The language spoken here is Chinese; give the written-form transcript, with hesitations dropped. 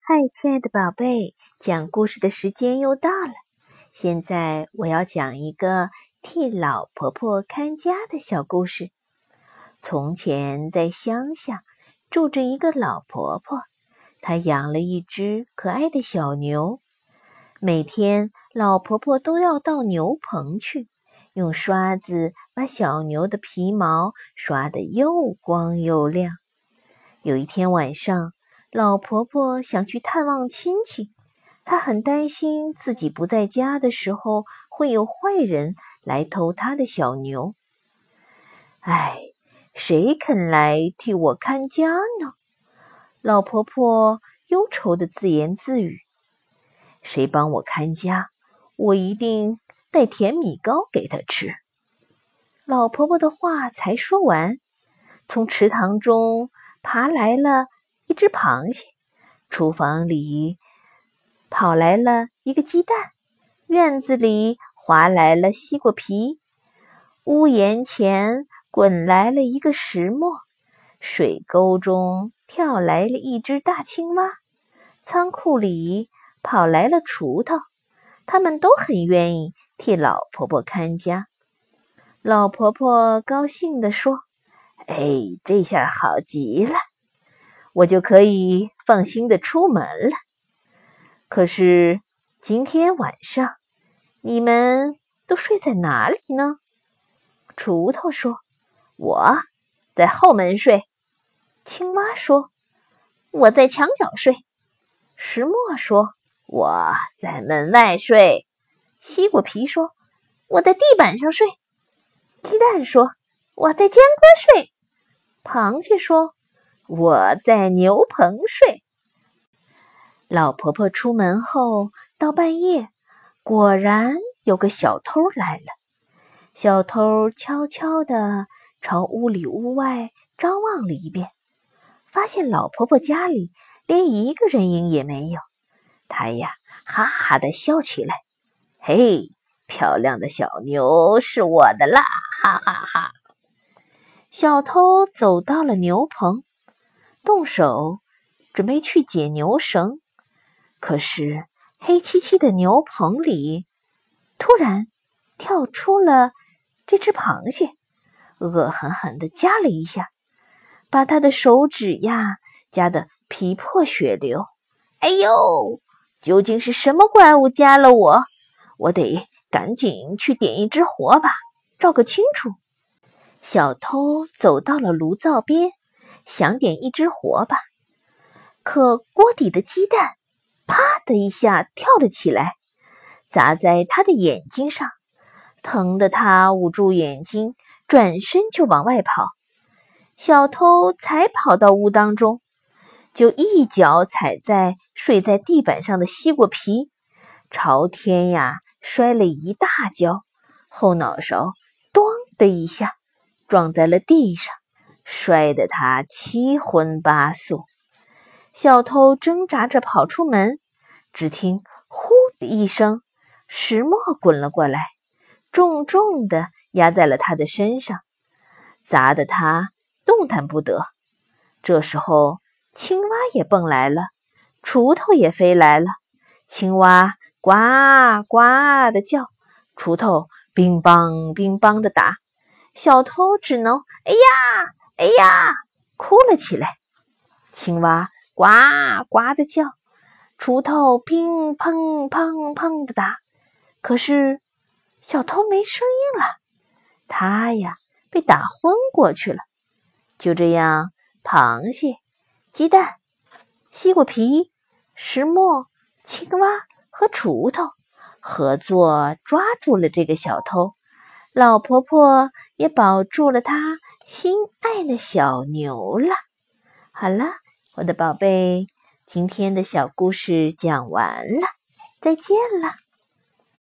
嗨，亲爱的宝贝，讲故事的时间又到了。现在我要讲一个替老婆婆看家的小故事。从前在乡下住着一个老婆婆，她养了一只可爱的小牛。每天老婆婆都要到牛棚去，用刷子把小牛的皮毛刷得又光又亮。有一天晚上，老婆婆想去探望亲戚，她很担心自己不在家的时候会有坏人来偷她的小牛。唉，谁肯来替我看家呢？老婆婆忧愁地自言自语。谁帮我看家，我一定带甜米糕给他吃。老婆婆的话才说完，从池塘中爬来了一只螃蟹，厨房里跑来了一个鸡蛋，院子里滑来了西瓜皮，屋檐前滚来了一个石磨，水沟中跳来了一只大青蛙，仓库里跑来了锄头，他们都很愿意替老婆婆看家。老婆婆高兴地说：“哎，这下好极了，我就可以放心地出门了。可是今天晚上你们都睡在哪里呢？”锄头说：“我在后门睡。”青蛙说：“我在墙角睡。”石磨说：“我在门外睡。”西瓜皮说：“我在地板上睡。”鸡蛋说：“我在煎锅睡。”螃蟹说：“我在牛棚睡。”老婆婆出门后，到半夜，果然有个小偷来了。小偷悄悄地朝屋里屋外张望了一遍，发现老婆婆家里连一个人影也没有。他呀，哈哈地笑起来：“嘿，漂亮的小牛是我的啦，哈哈哈！”小偷走到了牛棚，动手准备去解牛绳。可是黑漆漆的牛棚里突然跳出了这只螃蟹，恶狠狠地夹了一下，把他的手指呀夹得皮破血流。哎呦，究竟是什么怪物夹了我？我得赶紧去点一支火把，照个清楚。小偷走到了炉灶边，想点一支火把，可锅底的鸡蛋啪的一下跳了起来，砸在他的眼睛上，疼得他捂住眼睛，转身就往外跑。小偷才跑到屋当中，就一脚踩在睡在地板上的西瓜皮，朝天呀摔了一大跤，后脑勺咚的一下撞在了地上，摔得他七荤八素。小偷挣扎着跑出门，只听呼的一声，石磨滚了过来，重重地压在了他的身上，砸得他动弹不得。这时候青蛙也蹦来了，锄头也飞来了。青蛙呱呱地叫，锄头乒乓乒乓地打，小偷只能哎呀哎呀哭了起来。青蛙呱呱地叫，锄头乒乓乓乓地打，可是小偷没声音了，他呀被打昏过去了。就这样，螃蟹、鸡蛋、西瓜皮、石磨、青蛙和锄头合作抓住了这个小偷，老婆婆也保住了她心爱的小牛了。好了，我的宝贝，今天的小故事讲完了，再见了。